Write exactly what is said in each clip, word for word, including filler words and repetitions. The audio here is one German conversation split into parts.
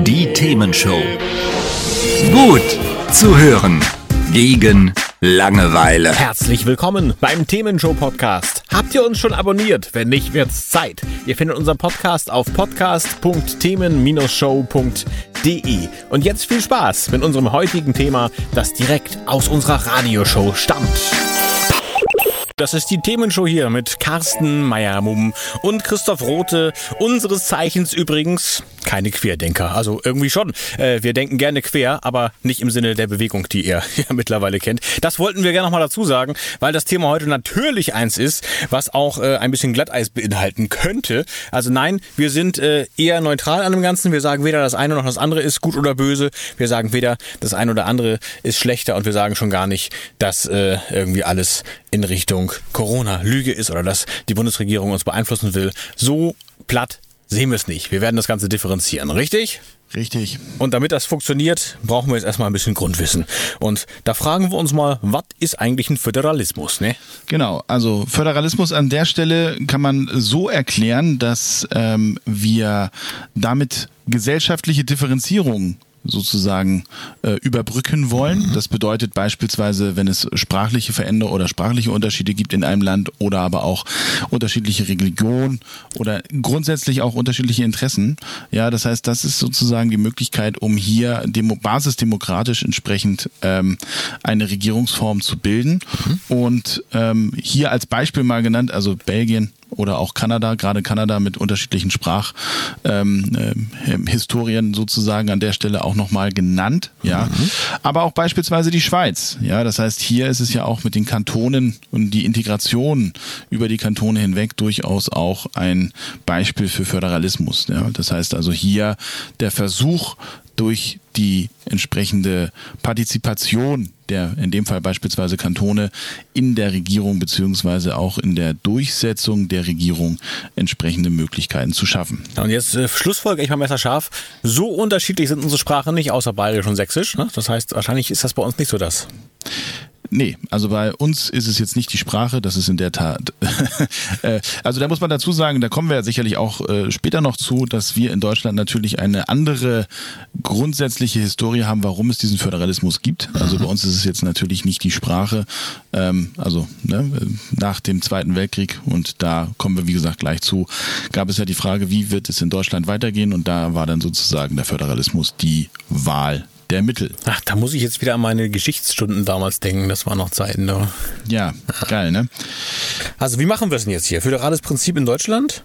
Die Themenshow. Gut zu hören. Gegen Langeweile. Herzlich willkommen beim Themenshow-Podcast. Habt ihr uns schon abonniert? Wenn nicht, wird's Zeit. Ihr findet unseren Podcast auf podcast punkt themen show punkt de. Und jetzt viel Spaß mit unserem heutigen Thema, das direkt aus unserer Radioshow stammt. Das ist die Themenshow hier mit Carsten Meyer-Mumm und Christoph Rothe, unseres Zeichens übrigens keine Querdenker. Also irgendwie schon. Äh, wir denken gerne quer, aber nicht im Sinne der Bewegung, die ihr ja mittlerweile kennt. Das wollten wir gerne nochmal dazu sagen, weil das Thema heute natürlich eins ist, was auch äh, ein bisschen Glatteis beinhalten könnte. Also nein, wir sind äh, eher neutral an dem Ganzen. Wir sagen weder das eine noch das andere ist gut oder böse. Wir sagen weder das eine oder andere ist schlechter und wir sagen schon gar nicht, dass äh, irgendwie alles in Richtung Corona Lüge ist oder dass die Bundesregierung uns beeinflussen will. So platt sehen wir es nicht. Wir werden das Ganze differenzieren, richtig? Richtig. Und damit das funktioniert, brauchen wir jetzt erstmal ein bisschen Grundwissen. Und da fragen wir uns mal, was ist eigentlich ein Föderalismus, ne? Genau, also Föderalismus an der Stelle kann man so erklären, dass ähm, wir damit gesellschaftliche Differenzierung sozusagen äh, überbrücken wollen. Das bedeutet beispielsweise, wenn es sprachliche Veränderungen oder sprachliche Unterschiede gibt in einem Land oder aber auch unterschiedliche Religionen oder grundsätzlich auch unterschiedliche Interessen. Ja, das heißt, das ist sozusagen die Möglichkeit, um hier demo- basisdemokratisch entsprechend ähm, eine Regierungsform zu bilden. Mhm. Und ähm, hier als Beispiel mal genannt, also Belgien oder auch Kanada, gerade Kanada mit unterschiedlichen Sprachhistorien ähm, äh, sozusagen an der Stelle auch nochmal genannt, ja. Mhm. Aber auch beispielsweise die Schweiz, ja. Das heißt, hier ist es ja auch mit den Kantonen und die Integration über die Kantone hinweg durchaus auch ein Beispiel für Föderalismus, ja. Das heißt also hier der Versuch, durch die entsprechende Partizipation der, in dem Fall beispielsweise Kantone, in der Regierung beziehungsweise auch in der Durchsetzung der Regierung entsprechende Möglichkeiten zu schaffen. Und jetzt äh, schlussfolge ich mal messerscharf, so unterschiedlich sind unsere Sprachen nicht, außer Bayerisch und Sächsisch, ne? Das heißt, wahrscheinlich ist das bei uns nicht so das. Nee, also bei uns ist es jetzt nicht die Sprache, das ist in der Tat, also da muss man dazu sagen, da kommen wir ja sicherlich auch äh, später noch zu, dass wir in Deutschland natürlich eine andere grundsätzliche Historie haben, warum es diesen Föderalismus gibt. Also bei uns ist es jetzt natürlich nicht die Sprache, ähm, also ne, nach dem Zweiten Weltkrieg, und da kommen wir wie gesagt gleich zu, gab es ja die Frage, wie wird es in Deutschland weitergehen, und da war dann sozusagen der Föderalismus die Wahl der Mittel. Ach, da muss ich jetzt wieder an meine Geschichtsstunden damals denken, das waren noch Zeiten. Ne? Ja, geil, ne? Also wie machen wir es denn jetzt hier? Föderales Prinzip in Deutschland?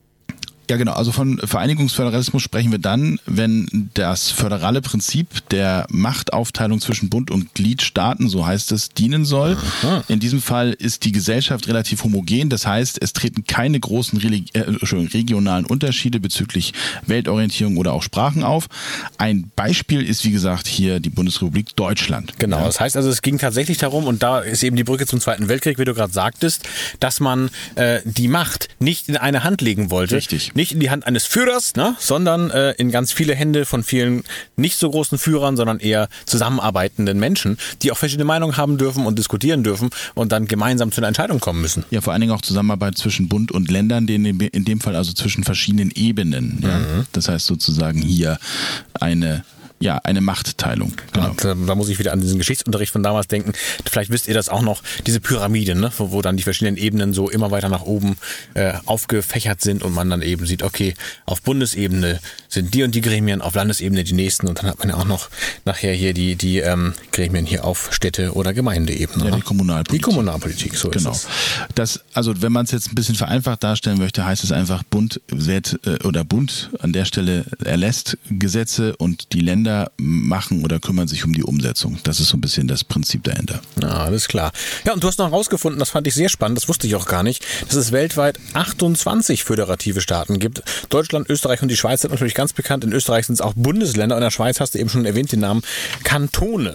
Ja, genau. Also von Vereinigungsföderalismus sprechen wir dann, wenn das föderale Prinzip der Machtaufteilung zwischen Bund und Gliedstaaten, so heißt es, dienen soll. Aha. In diesem Fall ist die Gesellschaft relativ homogen. Das heißt, es treten keine großen Religi- äh, regionalen Unterschiede bezüglich Weltorientierung oder auch Sprachen auf. Ein Beispiel ist, wie gesagt, hier die Bundesrepublik Deutschland. Genau. Ja. Das heißt also, es ging tatsächlich darum, und da ist eben die Brücke zum Zweiten Weltkrieg, wie du gerade sagtest, dass man äh, die Macht nicht in eine Hand legen wollte. Richtig. Nicht in die Hand eines Führers, ne, sondern äh, in ganz viele Hände von vielen nicht so großen Führern, sondern eher zusammenarbeitenden Menschen, die auch verschiedene Meinungen haben dürfen und diskutieren dürfen und dann gemeinsam zu einer Entscheidung kommen müssen. Ja, vor allen Dingen auch Zusammenarbeit zwischen Bund und Ländern, in dem Fall also zwischen verschiedenen Ebenen. Ja. Mhm. Das heißt sozusagen hier eine Ja, eine Machtteilung. Genau. Und, äh, da muss ich wieder an diesen Geschichtsunterricht von damals denken. Vielleicht wisst ihr das auch noch, diese Pyramide, ne, wo, wo dann die verschiedenen Ebenen so immer weiter nach oben äh, aufgefächert sind und man dann eben sieht, okay, auf Bundesebene sind die und die Gremien, auf Landesebene die nächsten, und dann hat man ja auch noch nachher hier die, die ähm, Gremien hier auf Städte- oder Gemeindeebene. Ja, die Kommunalpolitik. Die Kommunalpolitik, so genau. ist es. Das, also wenn man es jetzt ein bisschen vereinfacht darstellen möchte, heißt es einfach, Bund wird, äh, oder Bund an der Stelle erlässt Gesetze und die Länder machen oder kümmern sich um die Umsetzung. Das ist so ein bisschen das Prinzip dahinter. Ja, alles klar. Ja, und du hast noch herausgefunden, das fand ich sehr spannend, das wusste ich auch gar nicht, dass es weltweit achtundzwanzig föderative Staaten gibt. Deutschland, Österreich und die Schweiz sind natürlich ganz bekannt. In Österreich sind es auch Bundesländer. In der Schweiz hast du eben schon erwähnt den Namen Kantone.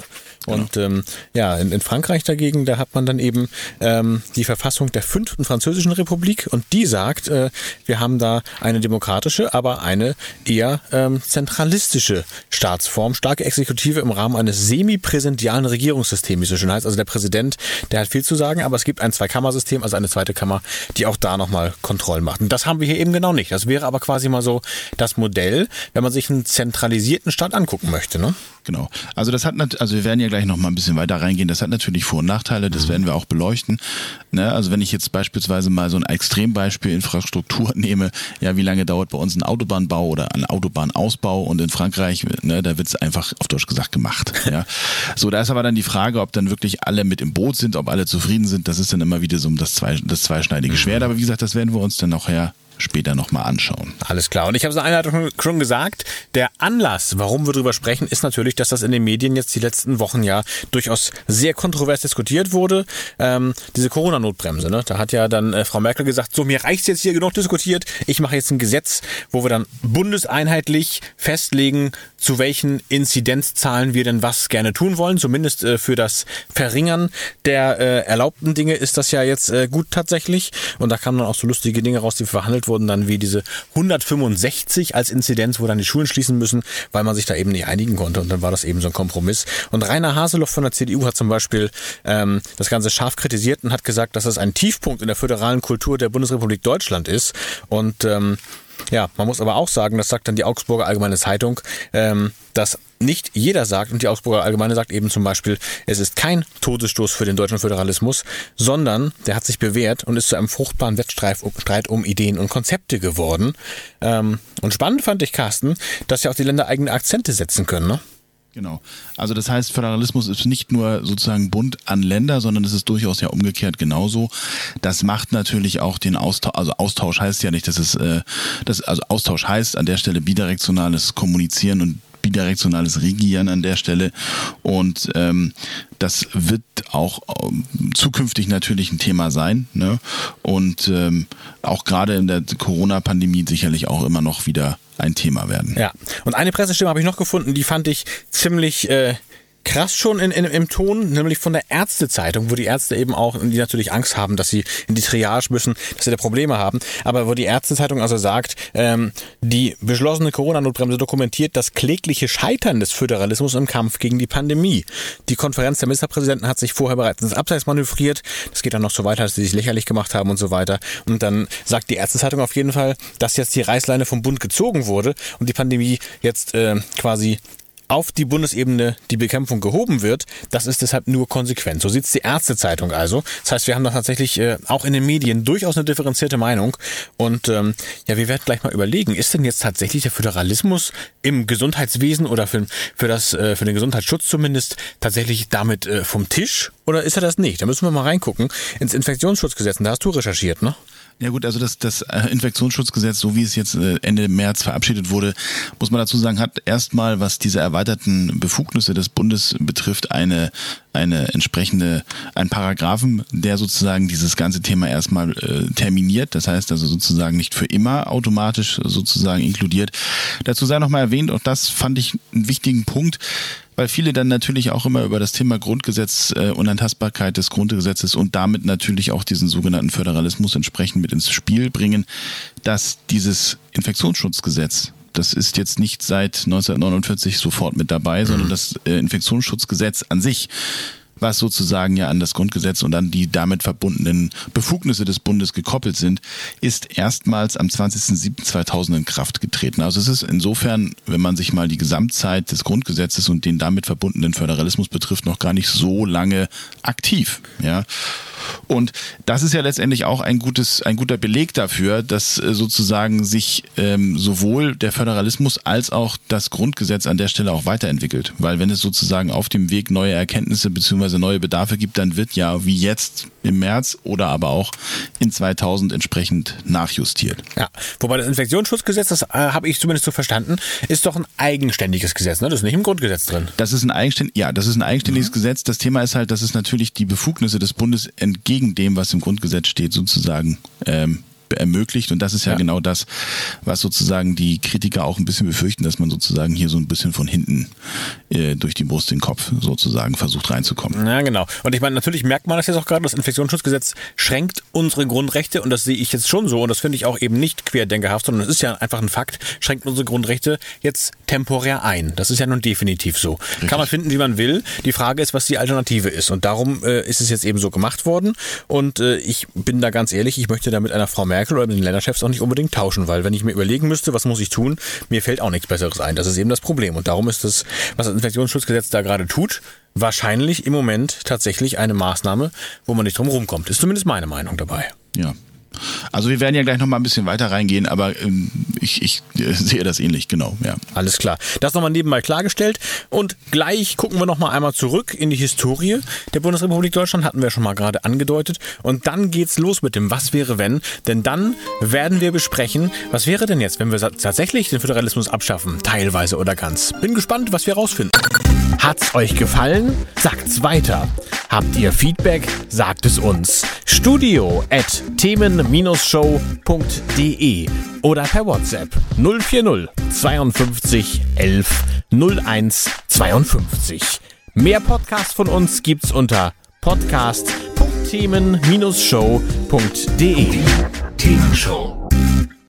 Und genau. ähm, ja, in, in Frankreich dagegen, da hat man dann eben ähm, die Verfassung der fünften Französischen Republik und die sagt, äh, wir haben da eine demokratische, aber eine eher ähm, zentralistische Staatsform, starke Exekutive im Rahmen eines semipräsidialen Regierungssystems, wie es so schön heißt. Also der Präsident, der hat viel zu sagen, aber es gibt ein Zweikammersystem, also eine zweite Kammer, die auch da nochmal Kontrollen macht. Und das haben wir hier eben genau nicht. Das wäre aber quasi mal so das Modell, wenn man sich einen zentralisierten Staat angucken möchte, ne? Genau. Also das hat nat- also wir werden ja gleich noch mal ein bisschen weiter reingehen. Das hat natürlich Vor- und Nachteile, das werden wir auch beleuchten. Ne? Also wenn ich jetzt beispielsweise mal so ein Extrembeispiel Infrastruktur nehme, ja, wie lange dauert bei uns ein Autobahnbau oder ein Autobahnausbau und in Frankreich, ne, da wird es einfach auf Deutsch gesagt gemacht. Ja. So, da ist aber dann die Frage, ob dann wirklich alle mit im Boot sind, ob alle zufrieden sind. Das ist dann immer wieder so das, zwei, das zweischneidige Schwert. Aber wie gesagt, das werden wir uns dann nachher später nochmal anschauen. Alles klar. Und ich habe es in der Einleitung schon gesagt, der Anlass, warum wir drüber sprechen, ist natürlich, dass das in den Medien jetzt die letzten Wochen ja durchaus sehr kontrovers diskutiert wurde. Ähm, diese Corona-Notbremse, ne? Da hat ja dann äh, Frau Merkel gesagt, so, mir reicht's jetzt hier genug diskutiert, ich mache jetzt ein Gesetz, wo wir dann bundeseinheitlich festlegen, zu welchen Inzidenzzahlen wir denn was gerne tun wollen. Zumindest äh, für das Verringern der äh, erlaubten Dinge ist das ja jetzt äh, gut tatsächlich. Und da kamen dann auch so lustige Dinge raus, die verhandelt wurden dann wie diese hundertfünfundsechzig als Inzidenz, wo dann die Schulen schließen müssen, weil man sich da eben nicht einigen konnte und dann war das eben so ein Kompromiss. Und Rainer Haseloff von der C D U hat zum Beispiel ähm, das Ganze scharf kritisiert und hat gesagt, dass das ein Tiefpunkt in der föderalen Kultur der Bundesrepublik Deutschland ist und ähm, ja, man muss aber auch sagen, das sagt dann die Augsburger Allgemeine Zeitung, ähm, dass nicht jeder sagt, und die Augsburger Allgemeine sagt eben zum Beispiel, es ist kein Todesstoß für den deutschen Föderalismus, sondern der hat sich bewährt und ist zu einem fruchtbaren Wettstreit um Ideen und Konzepte geworden. Ähm, und spannend fand ich, Carsten, dass ja auch die Länder eigene Akzente setzen können, ne? Genau. Also das heißt, Föderalismus ist nicht nur sozusagen Bund an Länder, sondern es ist durchaus ja umgekehrt genauso. Das macht natürlich auch den Austausch, also Austausch heißt ja nicht, dass es, äh, das, also Austausch heißt an der Stelle bidirektionales Kommunizieren und bidirektionales Regieren an der Stelle und ähm, das wird auch ähm, zukünftig natürlich ein Thema sein, ne? Und ähm, auch gerade in der Corona-Pandemie sicherlich auch immer noch wieder ein Thema werden. Ja, und eine Pressestimme habe ich noch gefunden, die fand ich ziemlich äh, krass schon in, in, im Ton, nämlich von der Ärztezeitung, wo die Ärzte eben auch, die natürlich Angst haben, dass sie in die Triage müssen, dass sie da Probleme haben, aber wo die Ärztezeitung also sagt, ähm, die beschlossene Corona-Notbremse dokumentiert das klägliche Scheitern des Föderalismus im Kampf gegen die Pandemie. Die Konferenz der Ministerpräsidenten hat sich vorher bereits ins Abseits manövriert, das geht dann noch so weiter, dass sie sich lächerlich gemacht haben und so weiter und dann sagt die Ärztezeitung auf jeden Fall, dass jetzt die Reißleine vom Bund gezogen wurde und die Pandemie jetzt äh, quasi auf die Bundesebene die Bekämpfung gehoben wird, das ist deshalb nur konsequent. So sieht's die Ärztezeitung also. Das heißt, wir haben da tatsächlich äh, auch in den Medien durchaus eine differenzierte Meinung. Und ähm, ja, wir werden gleich mal überlegen, ist denn jetzt tatsächlich der Föderalismus im Gesundheitswesen oder für, für, das, äh, für den Gesundheitsschutz zumindest tatsächlich damit äh, vom Tisch? Oder ist er das nicht? Da müssen wir mal reingucken ins Infektionsschutzgesetz. Und da hast du recherchiert, ne? Ja gut, also das, das Infektionsschutzgesetz, so wie es jetzt Ende März verabschiedet wurde, muss man dazu sagen, hat erstmal, was diese erweiterten Befugnisse des Bundes betrifft, eine eine entsprechende, ein Paragraphen, der sozusagen dieses ganze Thema erstmal äh, terminiert, das heißt also sozusagen nicht für immer automatisch sozusagen inkludiert. Dazu sei noch mal erwähnt, auch das fand ich einen wichtigen Punkt, weil viele dann natürlich auch immer über das Thema Grundgesetz, äh, Unantastbarkeit des Grundgesetzes und damit natürlich auch diesen sogenannten Föderalismus entsprechend mit ins Spiel bringen, dass dieses Infektionsschutzgesetz, das ist jetzt nicht seit neunzehnhundertneunundvierzig sofort mit dabei, mhm. sondern das äh, Infektionsschutzgesetz an sich, was sozusagen ja an das Grundgesetz und an die damit verbundenen Befugnisse des Bundes gekoppelt sind, ist erstmals am zwanzigsten siebten zweitausend in Kraft getreten. Also es ist insofern, wenn man sich mal die Gesamtzeit des Grundgesetzes und den damit verbundenen Föderalismus betrifft, noch gar nicht so lange aktiv. Ja. Und das ist ja letztendlich auch ein gutes, ein guter Beleg dafür, dass äh, sozusagen sich ähm, sowohl der Föderalismus als auch das Grundgesetz an der Stelle auch weiterentwickelt. Weil wenn es sozusagen auf dem Weg neue Erkenntnisse bzw. neue Bedarfe gibt, dann wird ja wie jetzt im März oder aber auch in zweitausend entsprechend nachjustiert. Ja, wobei das Infektionsschutzgesetz, das äh, habe ich zumindest so verstanden, ist doch ein eigenständiges Gesetz, ne? Das ist nicht im Grundgesetz drin. Das ist ein eigenständig, ja, das ist ein eigenständiges mhm. Gesetz. Das Thema ist halt, dass es natürlich die Befugnisse des Bundes entgegen dem, was im Grundgesetz steht, sozusagen ähm, ermöglicht. Und das ist ja, ja genau das, was sozusagen die Kritiker auch ein bisschen befürchten, dass man sozusagen hier so ein bisschen von hinten äh, durch die Brust den Kopf sozusagen versucht reinzukommen. Ja, genau. Und ich meine, natürlich merkt man das jetzt auch gerade, das Infektionsschutzgesetz schränkt unsere Grundrechte, und das sehe ich jetzt schon so, und das finde ich auch eben nicht querdenkerhaft, sondern es ist ja einfach ein Fakt, schränkt unsere Grundrechte jetzt temporär ein. Das ist ja nun definitiv so. Richtig. Kann man finden, wie man will. Die Frage ist, was die Alternative ist. Und darum äh, ist es jetzt eben so gemacht worden. Und äh, ich bin da ganz ehrlich, ich möchte da mit einer Frau Merkel oder mit den Länderchefs auch nicht unbedingt tauschen, weil wenn ich mir überlegen müsste, was muss ich tun, mir fällt auch nichts Besseres ein. Das ist eben das Problem. Und darum ist das, was das Infektionsschutzgesetz da gerade tut, wahrscheinlich im Moment tatsächlich eine Maßnahme, wo man nicht drum rumkommt. Ist zumindest meine Meinung dabei. Ja. Also wir werden ja gleich noch mal ein bisschen weiter reingehen, aber ähm, ich, ich äh, sehe das ähnlich, genau. Ja. Alles klar. Das nochmal nebenbei klargestellt. Und gleich gucken wir noch mal einmal zurück in die Historie der Bundesrepublik Deutschland, hatten wir schon mal gerade angedeutet. Und dann geht's los mit dem Was wäre wenn, denn dann werden wir besprechen, was wäre denn jetzt, wenn wir tatsächlich den Föderalismus abschaffen, teilweise oder ganz. Bin gespannt, was wir rausfinden. Hat's euch gefallen? Sagt's weiter. Habt ihr Feedback? Sagt es uns. Studio at themen show punkt de oder per WhatsApp null vier null zweiundfünfzig elf null eins zweiundfünfzig. Mehr Podcasts von uns gibt's unter podcast punkt themen show punkt de. Themenshow.